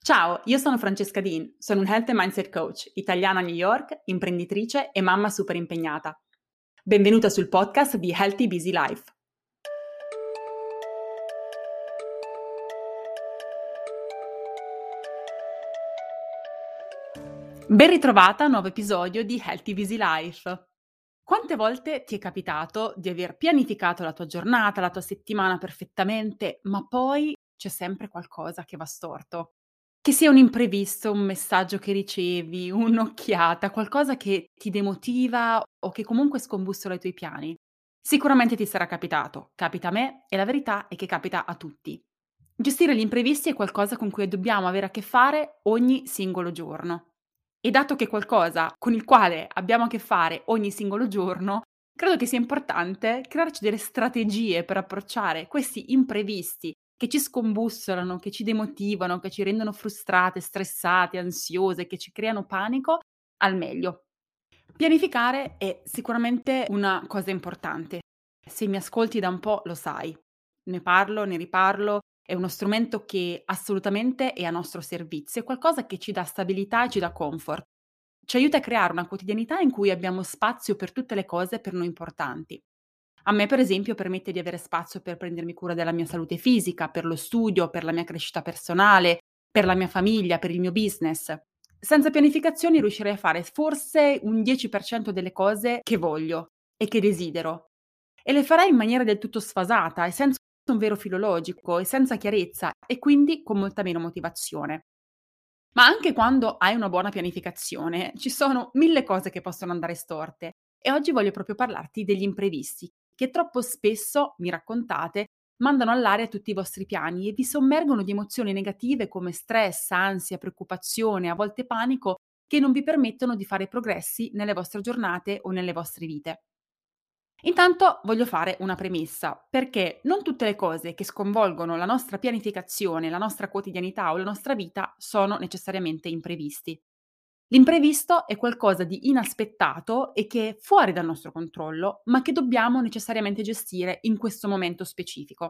Ciao, io sono Francesca Dean, sono un Health and Mindset Coach, italiana a New York, imprenditrice e mamma super impegnata. Benvenuta sul podcast di Healthy Busy Life. Ben ritrovata a un nuovo episodio di Healthy Busy Life. Quante volte ti è capitato di aver pianificato la tua giornata, la tua settimana perfettamente, ma poi c'è sempre qualcosa che va storto? Che sia un imprevisto, un messaggio che ricevi, un'occhiata, qualcosa che ti demotiva o che comunque scombussola i tuoi piani. Sicuramente ti sarà capitato, capita a me e la verità è che capita a tutti. Gestire gli imprevisti è qualcosa con cui dobbiamo avere a che fare ogni singolo giorno. E dato che è qualcosa con il quale abbiamo a che fare ogni singolo giorno, credo che sia importante crearci delle strategie per approcciare questi imprevisti che ci scombussolano, che ci demotivano, che ci rendono frustrate, stressate, ansiose, che ci creano panico al meglio. Pianificare è sicuramente una cosa importante. Se mi ascolti da un po' lo sai. Ne parlo, ne riparlo, è uno strumento che assolutamente è a nostro servizio, è qualcosa che ci dà stabilità e ci dà comfort. Ci aiuta a creare una quotidianità in cui abbiamo spazio per tutte le cose per noi importanti. A me, per esempio, permette di avere spazio per prendermi cura della mia salute fisica, per lo studio, per la mia crescita personale, per la mia famiglia, per il mio business. Senza pianificazioni riuscirei a fare forse un 10% delle cose che voglio e che desidero. E le farei in maniera del tutto sfasata e senza un vero filo logico e senza chiarezza e quindi con molta meno motivazione. Ma anche quando hai una buona pianificazione, ci sono 1000 cose che possono andare storte e oggi voglio proprio parlarti degli imprevisti, che troppo spesso, mi raccontate, mandano all'aria tutti i vostri piani e vi sommergono di emozioni negative come stress, ansia, preoccupazione, a volte panico, che non vi permettono di fare progressi nelle vostre giornate o nelle vostre vite. Intanto voglio fare una premessa, perché non tutte le cose che sconvolgono la nostra pianificazione, la nostra quotidianità o la nostra vita sono necessariamente imprevisti. L'imprevisto è qualcosa di inaspettato e che è fuori dal nostro controllo, ma che dobbiamo necessariamente gestire in questo momento specifico.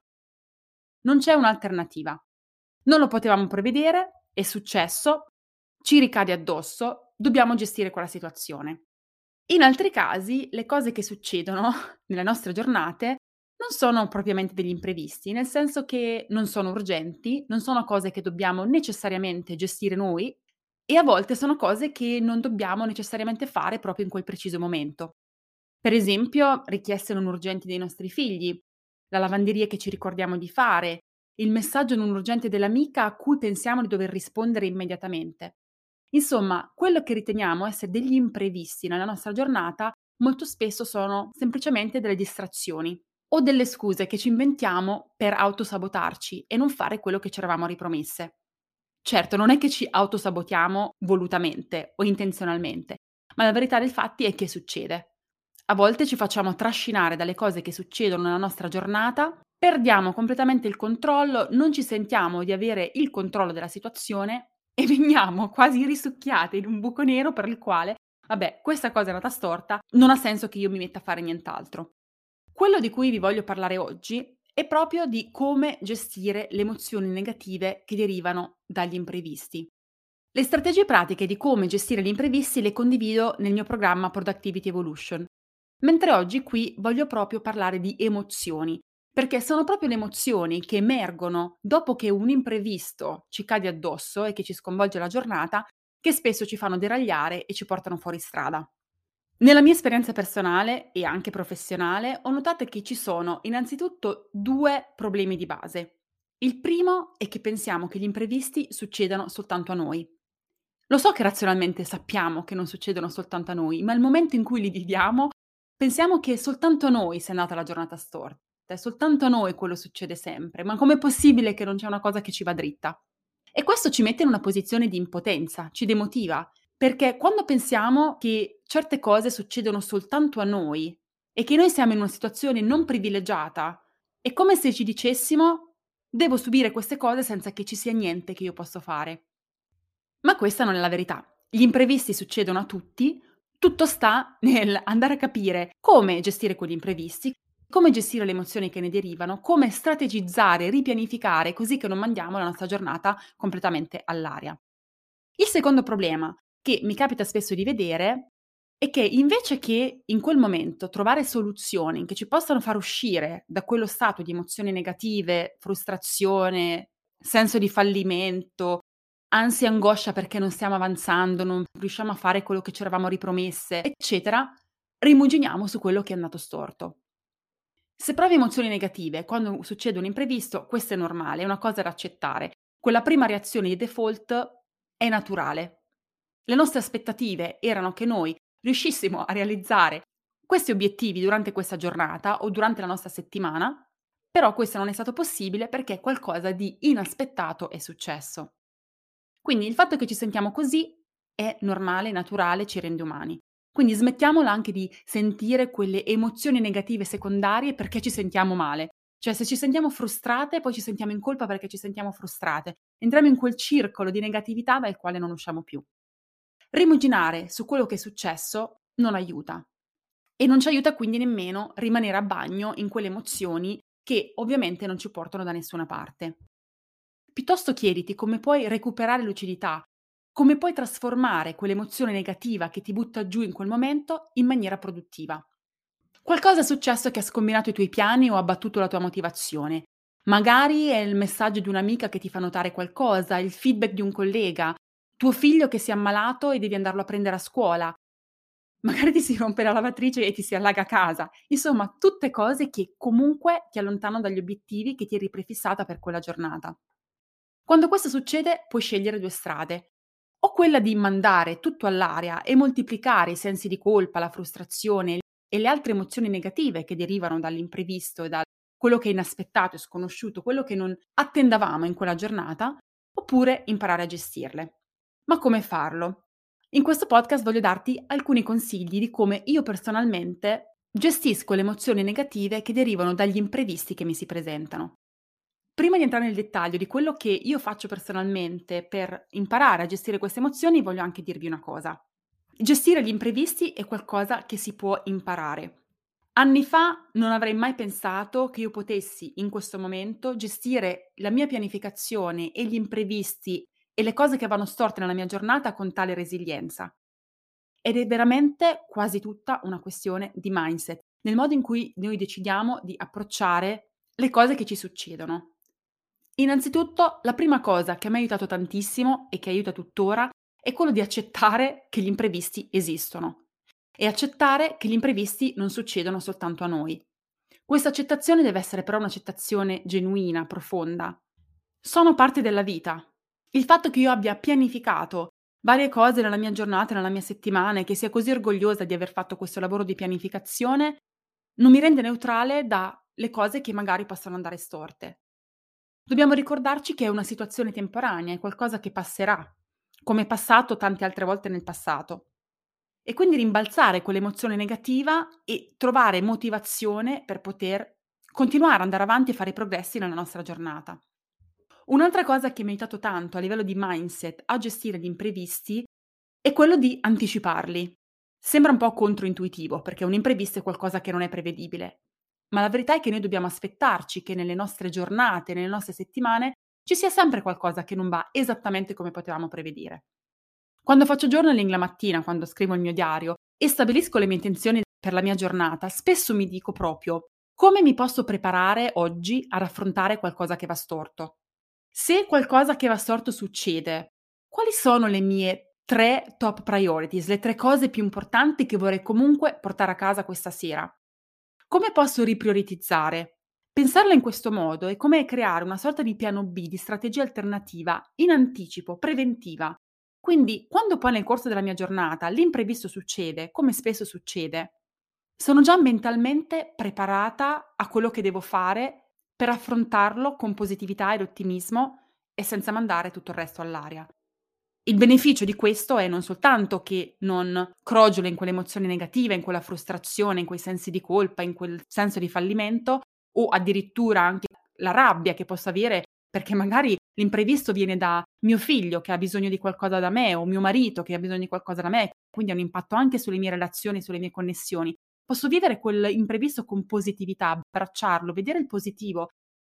Non c'è un'alternativa. Non lo potevamo prevedere, è successo, ci ricade addosso, dobbiamo gestire quella situazione. In altri casi, le cose che succedono nelle nostre giornate non sono propriamente degli imprevisti, nel senso che non sono urgenti, non sono cose che dobbiamo necessariamente gestire noi e a volte sono cose che non dobbiamo necessariamente fare proprio in quel preciso momento. Per esempio, richieste non urgenti dei nostri figli, la lavanderia che ci ricordiamo di fare, il messaggio non urgente dell'amica a cui pensiamo di dover rispondere immediatamente. Insomma, quello che riteniamo essere degli imprevisti nella nostra giornata molto spesso sono semplicemente delle distrazioni o delle scuse che ci inventiamo per autosabotarci e non fare quello che ci eravamo ripromesse. Certo, non è che ci autosabotiamo volutamente o intenzionalmente, ma la verità dei fatti è che succede. A volte ci facciamo trascinare dalle cose che succedono nella nostra giornata, perdiamo completamente il controllo, non ci sentiamo di avere il controllo della situazione e veniamo quasi risucchiate in un buco nero per il quale, vabbè, questa cosa è andata storta, non ha senso che io mi metta a fare nient'altro. Quello di cui vi voglio parlare oggi è proprio di come gestire le emozioni negative che derivano dagli imprevisti. Le strategie pratiche di come gestire gli imprevisti le condivido nel mio programma Productivity Evolution, mentre oggi qui voglio proprio parlare di emozioni, perché sono proprio le emozioni che emergono dopo che un imprevisto ci cade addosso e che ci sconvolge la giornata, che spesso ci fanno deragliare e ci portano fuori strada. Nella mia esperienza personale e anche professionale ho notato che ci sono innanzitutto due problemi di base. Il primo è che pensiamo che gli imprevisti succedano soltanto a noi. Lo so che razionalmente sappiamo che non succedono soltanto a noi, ma il momento in cui li viviamo pensiamo che soltanto a noi sia andata la giornata storta, è soltanto a noi quello succede sempre, ma com'è possibile che non c'è una cosa che ci va dritta? E questo ci mette in una posizione di impotenza, ci demotiva, perché quando pensiamo che certe cose succedono soltanto a noi e che noi siamo in una situazione non privilegiata, è come se ci dicessimo: devo subire queste cose senza che ci sia niente che io posso fare. Ma questa non è la verità. Gli imprevisti succedono a tutti, tutto sta nel andare a capire come gestire quegli imprevisti, come gestire le emozioni che ne derivano, come strategizzare, ripianificare, così che non mandiamo la nostra giornata completamente all'aria. Il secondo problema che mi capita spesso di vedere è che invece che in quel momento trovare soluzioni che ci possano far uscire da quello stato di emozioni negative, frustrazione, senso di fallimento, ansia e angoscia perché non stiamo avanzando, non riusciamo a fare quello che ci eravamo ripromesse, eccetera, rimuginiamo su quello che è andato storto. Se provi emozioni negative quando succede un imprevisto, questo è normale, è una cosa da accettare. Quella prima reazione di default è naturale. Le nostre aspettative erano che noi riuscissimo a realizzare questi obiettivi durante questa giornata o durante la nostra settimana, però questo non è stato possibile perché qualcosa di inaspettato è successo. Quindi il fatto che ci sentiamo così è normale, naturale, ci rende umani. Quindi smettiamola anche di sentire quelle emozioni negative secondarie perché ci sentiamo male. Cioè se ci sentiamo frustrate, poi ci sentiamo in colpa perché ci sentiamo frustrate. Entriamo in quel circolo di negatività dal quale non usciamo più. Rimuginare su quello che è successo non aiuta e non ci aiuta quindi nemmeno rimanere a bagno in quelle emozioni che ovviamente non ci portano da nessuna parte. Piuttosto chiediti come puoi recuperare lucidità, come puoi trasformare quell'emozione negativa che ti butta giù in quel momento in maniera produttiva. Qualcosa è successo che ha scombinato i tuoi piani o abbattuto la tua motivazione. Magari è il messaggio di un'amica che ti fa notare qualcosa, il feedback di un collega, tuo figlio che si è ammalato e devi andarlo a prendere a scuola. Magari ti si rompe la lavatrice e ti si allaga casa. Insomma, tutte cose che comunque ti allontanano dagli obiettivi che ti eri prefissata per quella giornata. Quando questo succede, puoi scegliere due strade. O quella di mandare tutto all'aria e moltiplicare i sensi di colpa, la frustrazione e le altre emozioni negative che derivano dall'imprevisto e da quello che è inaspettato e sconosciuto, quello che non attendavamo in quella giornata, oppure imparare a gestirle. Ma come farlo? In questo podcast voglio darti alcuni consigli di come io personalmente gestisco le emozioni negative che derivano dagli imprevisti che mi si presentano. Prima di entrare nel dettaglio di quello che io faccio personalmente per imparare a gestire queste emozioni, voglio anche dirvi una cosa. Gestire gli imprevisti è qualcosa che si può imparare. Anni fa non avrei mai pensato che io potessi in questo momento gestire la mia pianificazione e gli imprevisti e le cose che vanno storte nella mia giornata con tale resilienza. Ed è veramente quasi tutta una questione di mindset, nel modo in cui noi decidiamo di approcciare le cose che ci succedono. Innanzitutto, la prima cosa che mi ha aiutato tantissimo e che aiuta tuttora è quello di accettare che gli imprevisti esistono e accettare che gli imprevisti non succedono soltanto a noi. Questa accettazione deve essere però un'accettazione genuina, profonda. Sono parte della vita. Il fatto che io abbia pianificato varie cose nella mia giornata, nella mia settimana e che sia così orgogliosa di aver fatto questo lavoro di pianificazione non mi rende neutrale dalle cose che magari possono andare storte. Dobbiamo ricordarci che è una situazione temporanea, è qualcosa che passerà, come è passato tante altre volte nel passato. E quindi rimbalzare quell'emozione negativa e trovare motivazione per poter continuare ad andare avanti e fare progressi nella nostra giornata. Un'altra cosa che mi ha aiutato tanto a livello di mindset a gestire gli imprevisti è quello di anticiparli. Sembra un po' controintuitivo, perché un imprevisto è qualcosa che non è prevedibile, ma la verità è che noi dobbiamo aspettarci che nelle nostre giornate, nelle nostre settimane, ci sia sempre qualcosa che non va esattamente come potevamo prevedere. Quando faccio journaling la mattina, quando scrivo il mio diario e stabilisco le mie intenzioni per la mia giornata, spesso mi dico proprio come mi posso preparare oggi ad affrontare qualcosa che va storto. Se qualcosa che va storto succede, quali sono le mie 3 top priorities, le 3 cose più importanti che vorrei comunque portare a casa questa sera? Come posso riprioritizzare? Pensarla in questo modo è come creare una sorta di piano B, di strategia alternativa in anticipo, preventiva. Quindi, quando poi nel corso della mia giornata l'imprevisto succede, come spesso succede, sono già mentalmente preparata a quello che devo fare per affrontarlo con positività ed ottimismo e senza mandare tutto il resto all'aria. Il beneficio di questo è non soltanto che non crogiolo in quelle emozioni negative, in quella frustrazione, in quei sensi di colpa, in quel senso di fallimento o addirittura anche la rabbia che posso avere perché magari l'imprevisto viene da mio figlio che ha bisogno di qualcosa da me o mio marito che ha bisogno di qualcosa da me, quindi ha un impatto anche sulle mie relazioni, sulle mie connessioni. Posso vivere quell'imprevisto con positività, abbracciarlo, vedere il positivo,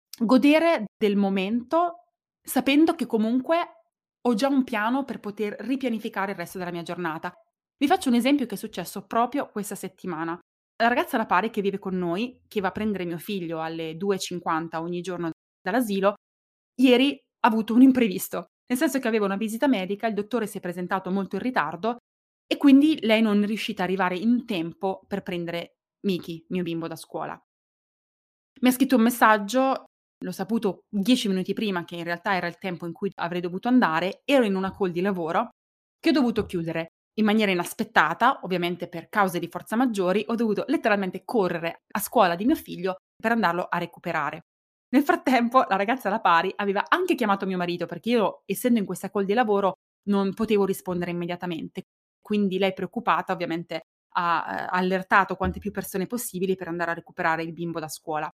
godere del momento sapendo che comunque ho già un piano per poter ripianificare il resto della mia giornata. Vi faccio un esempio che è successo proprio questa settimana. La ragazza alla pari che vive con noi, che va a prendere mio figlio alle 2:50 ogni giorno dall'asilo, ieri ha avuto un imprevisto, nel senso che aveva una visita medica, il dottore si è presentato molto in ritardo e quindi lei non è riuscita ad arrivare in tempo per prendere Miki, mio bimbo, da scuola. Mi ha scritto un messaggio, l'ho saputo 10 minuti prima, che in realtà era il tempo in cui avrei dovuto andare, ero in una call di lavoro che ho dovuto chiudere in maniera inaspettata, ovviamente per cause di forza maggiori, ho dovuto letteralmente correre a scuola di mio figlio per andarlo a recuperare. Nel frattempo la ragazza alla pari aveva anche chiamato mio marito perché io, essendo in questa call di lavoro, non potevo rispondere immediatamente. Quindi lei preoccupata ovviamente ha allertato quante più persone possibili per andare a recuperare il bimbo da scuola.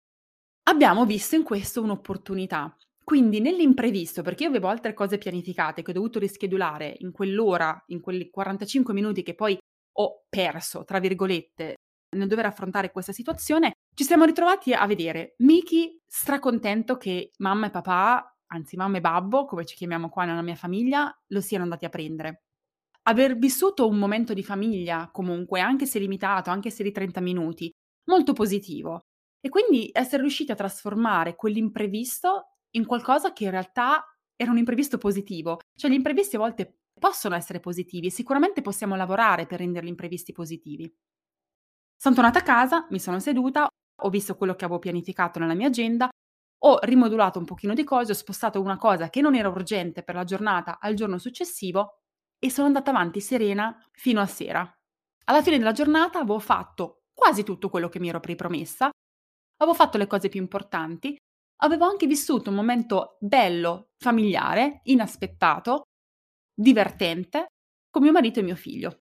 Abbiamo visto in questo un'opportunità. Quindi nell'imprevisto, perché io avevo altre cose pianificate che ho dovuto rischedulare in quell'ora, in quelli 45 minuti che poi ho "perso", tra virgolette, nel dover affrontare questa situazione, ci siamo ritrovati a vedere Miki stracontento che mamma e papà, anzi mamma e babbo, come ci chiamiamo qua nella mia famiglia, lo siano andati a prendere. Aver vissuto un momento di famiglia comunque, anche se limitato, anche se di 30 minuti, molto positivo. E quindi essere riusciti a trasformare quell'imprevisto in qualcosa che in realtà era un imprevisto positivo. Cioè gli imprevisti a volte possono essere positivi e sicuramente possiamo lavorare per renderli imprevisti positivi. Son tornata a casa, mi sono seduta, ho visto quello che avevo pianificato nella mia agenda, ho rimodulato un pochino di cose, ho spostato una cosa che non era urgente per la giornata al giorno successivo e sono andata avanti serena fino a sera. Alla fine della giornata avevo fatto quasi tutto quello che mi ero prepromessa, avevo fatto le cose più importanti, avevo anche vissuto un momento bello, familiare, inaspettato, divertente, con mio marito e mio figlio.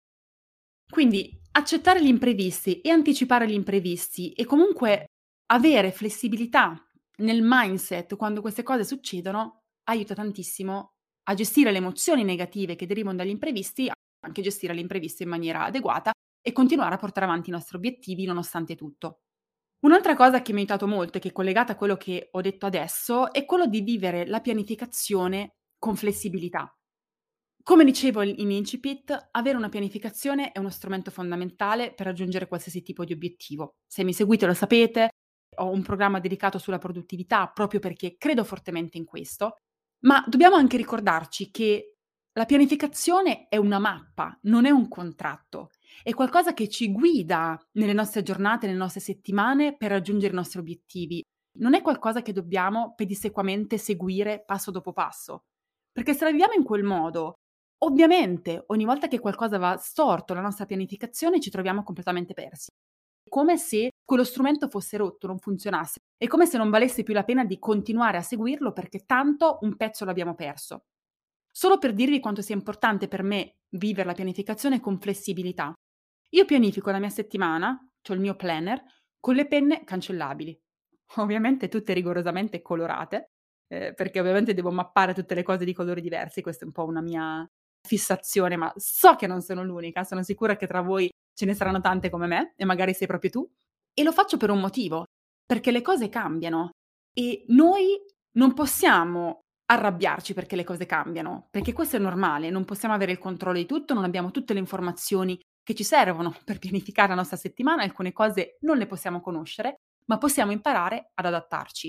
Quindi accettare gli imprevisti e anticipare gli imprevisti e comunque avere flessibilità nel mindset quando queste cose succedono, aiuta tantissimo a gestire le emozioni negative che derivano dagli imprevisti, anche gestire l'imprevisto in maniera adeguata e continuare a portare avanti i nostri obiettivi nonostante tutto. Un'altra cosa che mi ha aiutato molto e che è collegata a quello che ho detto adesso è quello di vivere la pianificazione con flessibilità. Come dicevo in incipit, avere una pianificazione è uno strumento fondamentale per raggiungere qualsiasi tipo di obiettivo. Se mi seguite lo sapete, ho un programma dedicato sulla produttività proprio perché credo fortemente in questo, ma dobbiamo anche ricordarci che la pianificazione è una mappa, non è un contratto. È qualcosa che ci guida nelle nostre giornate, nelle nostre settimane per raggiungere i nostri obiettivi. Non è qualcosa che dobbiamo pedissequamente seguire passo dopo passo. Perché se la viviamo in quel modo, ovviamente, ogni volta che qualcosa va storto nella nostra pianificazione ci troviamo completamente persi. È come se quello strumento fosse rotto, non funzionasse. È come se non valesse più la pena di continuare a seguirlo perché tanto un pezzo l'abbiamo perso. Solo per dirvi quanto sia importante per me vivere la pianificazione con flessibilità. Io pianifico la mia settimana, cioè il mio planner, con le penne cancellabili. Ovviamente tutte rigorosamente colorate, perché ovviamente devo mappare tutte le cose di colori diversi, questa è un po' una mia fissazione, ma so che non sono l'unica, sono sicura che tra voi ce ne saranno tante come me e magari sei proprio tu. E lo faccio per un motivo, perché le cose cambiano e noi non possiamo arrabbiarci perché le cose cambiano, perché questo è normale, non possiamo avere il controllo di tutto, non abbiamo tutte le informazioni che ci servono per pianificare la nostra settimana, alcune cose non le possiamo conoscere, ma possiamo imparare ad adattarci.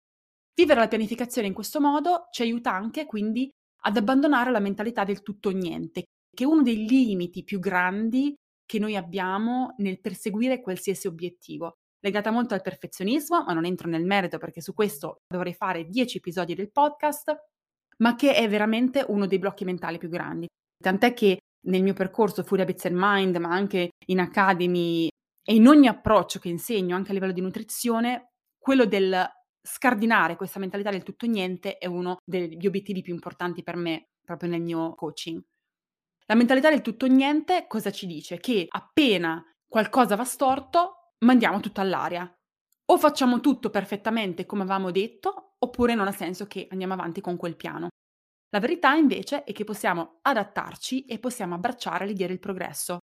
Vivere la pianificazione in questo modo ci aiuta anche quindi ad abbandonare la mentalità del tutto o niente, che è uno dei limiti più grandi che noi abbiamo nel perseguire qualsiasi obiettivo. Legata molto al perfezionismo, ma non entro nel merito perché su questo dovrei fare 10 episodi del podcast, ma che è veramente uno dei blocchi mentali più grandi. Tant'è che nel mio percorso Full Habits and Mind, ma anche in Academy e in ogni approccio che insegno, anche a livello di nutrizione, quello del scardinare questa mentalità del tutto o niente è uno degli obiettivi più importanti per me, proprio nel mio coaching. La mentalità del tutto o niente cosa ci dice? Che appena qualcosa va storto, mandiamo tutto all'aria. O facciamo tutto perfettamente come avevamo detto, oppure non ha senso che andiamo avanti con quel piano. La verità invece è che possiamo adattarci e possiamo abbracciare l'idea del progresso.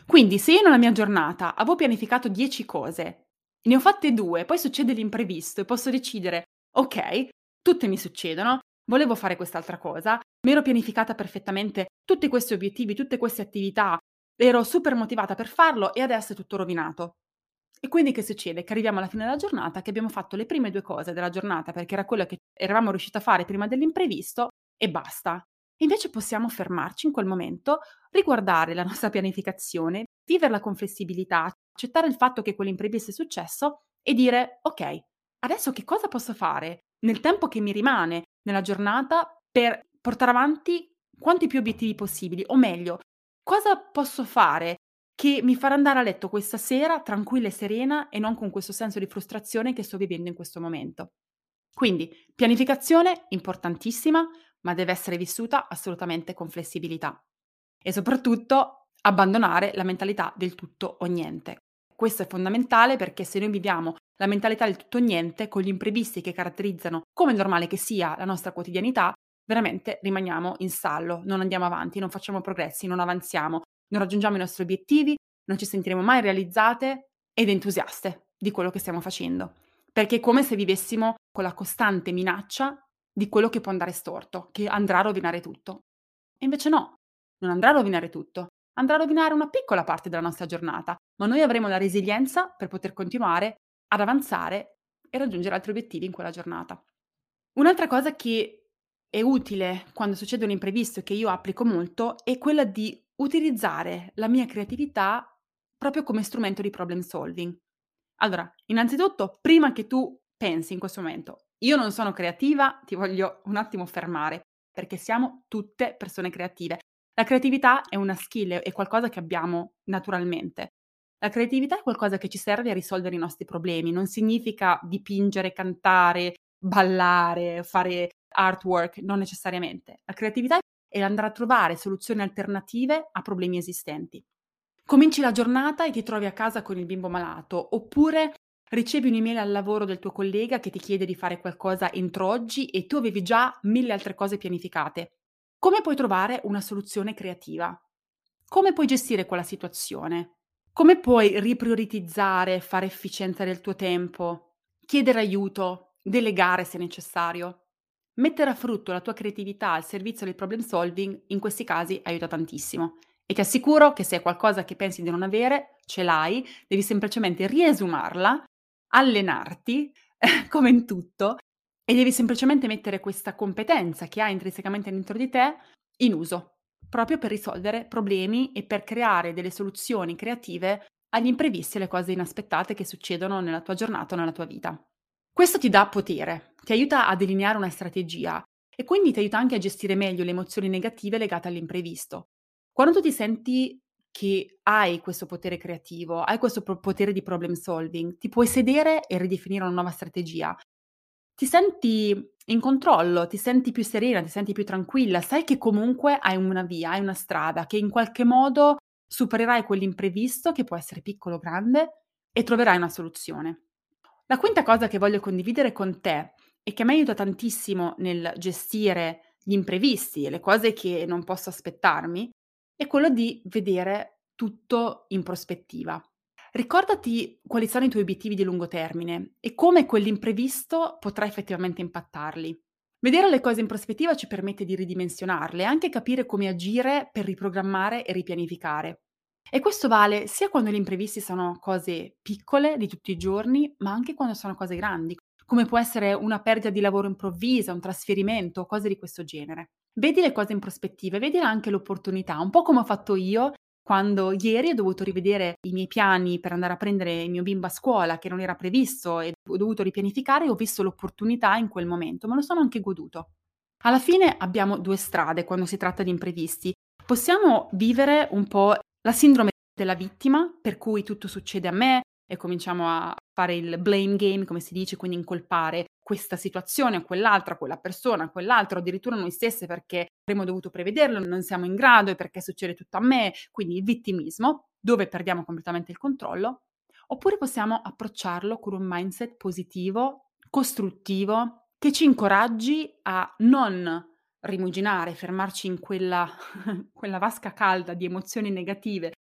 Quindi se io nella mia giornata avevo pianificato 10 cose, ne ho fatte 2, poi succede l'imprevisto e posso decidere: "Okay, tutte mi succedono, volevo fare quest'altra cosa, mi ero pianificata perfettamente tutti questi obiettivi, tutte queste attività, ero super motivata per farlo e adesso è tutto rovinato." E quindi che succede? Che arriviamo alla fine della giornata, che abbiamo fatto le prime 2 cose della giornata, perché era quello che eravamo riusciti a fare prima dell'imprevisto e basta. Invece possiamo fermarci in quel momento, riguardare la nostra pianificazione, viverla con flessibilità, accettare il fatto che quell'imprevisto è successo e dire: "Okay, adesso che cosa posso fare nel tempo che mi rimane nella giornata per portare avanti quanti più obiettivi possibili?" O meglio, cosa posso fare che mi farà andare a letto questa sera tranquilla e serena e non con questo senso di frustrazione che sto vivendo in questo momento. Quindi pianificazione importantissima, ma deve essere vissuta assolutamente con flessibilità e soprattutto abbandonare la mentalità del tutto o niente. Questo è fondamentale perché se noi viviamo la mentalità del tutto o niente con gli imprevisti che caratterizzano, come è normale che sia, la nostra quotidianità, veramente rimaniamo in stallo, non andiamo avanti, non facciamo progressi, non avanziamo, non raggiungiamo i nostri obiettivi, non ci sentiremo mai realizzate ed entusiaste di quello che stiamo facendo, perché è come se vivessimo con la costante minaccia di quello che può andare storto, che andrà a rovinare tutto. E invece no, non andrà a rovinare tutto, andrà a rovinare una piccola parte della nostra giornata, ma noi avremo la resilienza per poter continuare ad avanzare e raggiungere altri obiettivi in quella giornata. Un'altra cosa che è utile quando succede un imprevisto e che io applico molto è quella di utilizzare la mia creatività proprio come strumento di problem solving. Allora, innanzitutto, prima che tu pensi in questo momento: "Io non sono creativa", ti voglio un attimo fermare, perché siamo tutte persone creative. La creatività è una skill, è qualcosa che abbiamo naturalmente. La creatività è qualcosa che ci serve a risolvere i nostri problemi, non significa dipingere, cantare, ballare, fare artwork, non necessariamente. La creatività è andare a trovare soluzioni alternative a problemi esistenti. Cominci la giornata e ti trovi a casa con il bimbo malato, oppure ricevi un'email al lavoro del tuo collega che ti chiede di fare qualcosa entro oggi e tu avevi già 1000 altre cose pianificate. Come puoi trovare una soluzione creativa? Come puoi gestire quella situazione? Come puoi riprioritizzare, fare efficienza del tuo tempo, chiedere aiuto, delegare se necessario? Mettere a frutto la tua creatività al servizio del problem solving in questi casi aiuta tantissimo. E ti assicuro che se è qualcosa che pensi di non avere, ce l'hai, devi semplicemente riesumarla, allenarti, come in tutto, e devi semplicemente mettere questa competenza che hai intrinsecamente dentro di te in uso, proprio per risolvere problemi e per creare delle soluzioni creative agli imprevisti e alle cose inaspettate che succedono nella tua giornata o nella tua vita. Questo ti dà potere, ti aiuta a delineare una strategia e quindi ti aiuta anche a gestire meglio le emozioni negative legate all'imprevisto. Quando tu ti senti che hai questo potere creativo, hai questo potere di problem solving, ti puoi sedere e ridefinire una nuova strategia. Ti senti in controllo, ti senti più serena, ti senti più tranquilla, sai che comunque hai una via, hai una strada, che in qualche modo supererai quell'imprevisto, che può essere piccolo o grande, e troverai una soluzione. La quinta cosa che voglio condividere con te e che a me aiuta tantissimo nel gestire gli imprevisti e le cose che non posso aspettarmi, è quello di vedere tutto in prospettiva. Ricordati quali sono i tuoi obiettivi di lungo termine e come quell'imprevisto potrà effettivamente impattarli. Vedere le cose in prospettiva ci permette di ridimensionarle e anche capire come agire per riprogrammare e ripianificare. E questo vale sia quando gli imprevisti sono cose piccole di tutti i giorni, ma anche quando sono cose grandi, come può essere una perdita di lavoro improvvisa, un trasferimento, cose di questo genere. Vedi le cose in prospettiva e vedi anche l'opportunità, un po' come ho fatto io quando ieri ho dovuto rivedere i miei piani per andare a prendere il mio bimbo a scuola, che non era previsto e ho dovuto ripianificare e ho visto l'opportunità in quel momento, me lo sono anche goduto. Alla fine abbiamo 2 strade quando si tratta di imprevisti. Possiamo vivere un po' la sindrome della vittima, per cui tutto succede a me e cominciamo a fare il blame game, come si dice, quindi incolpare questa situazione o quell'altra, quella persona, quell'altro, addirittura noi stesse perché avremmo dovuto prevederlo, non siamo in grado e perché succede tutto a me, quindi il vittimismo, dove perdiamo completamente il controllo. Oppure possiamo approcciarlo con un mindset positivo, costruttivo, che ci incoraggi a non rimuginare, fermarci in quella quella vasca calda di emozioni negative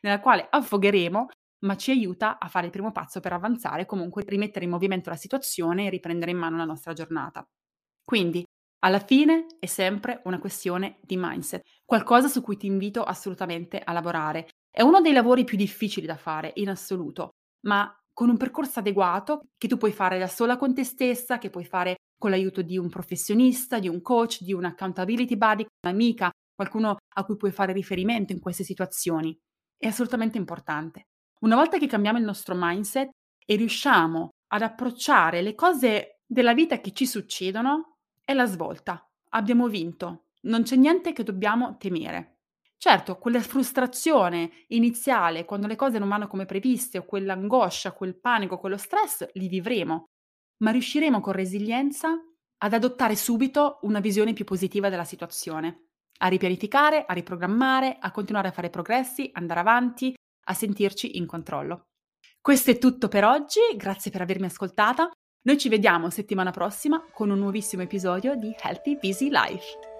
nella quale affogheremo, ma ci aiuta a fare il primo passo per avanzare, comunque rimettere in movimento la situazione e riprendere in mano la nostra giornata. Quindi, alla fine è sempre una questione di mindset, qualcosa su cui ti invito assolutamente a lavorare. È uno dei lavori più difficili da fare in assoluto, ma con un percorso adeguato che tu puoi fare da sola con te stessa, che puoi fare con l'aiuto di un professionista, di un coach, di un accountability buddy, un'amica, qualcuno a cui puoi fare riferimento in queste situazioni. È assolutamente importante. Una volta che cambiamo il nostro mindset e riusciamo ad approcciare le cose della vita che ci succedono, è la svolta. Abbiamo vinto. Non c'è niente che dobbiamo temere. Certo, quella frustrazione iniziale, quando le cose non vanno come previste, o quell'angoscia, quel panico, quello stress, li vivremo, ma riusciremo con resilienza ad adottare subito una visione più positiva della situazione, a ripianificare, a riprogrammare, a continuare a fare progressi, andare avanti, a sentirci in controllo. Questo è tutto per oggi, grazie per avermi ascoltata. Noi ci vediamo settimana prossima con un nuovissimo episodio di Healthy Busy Life.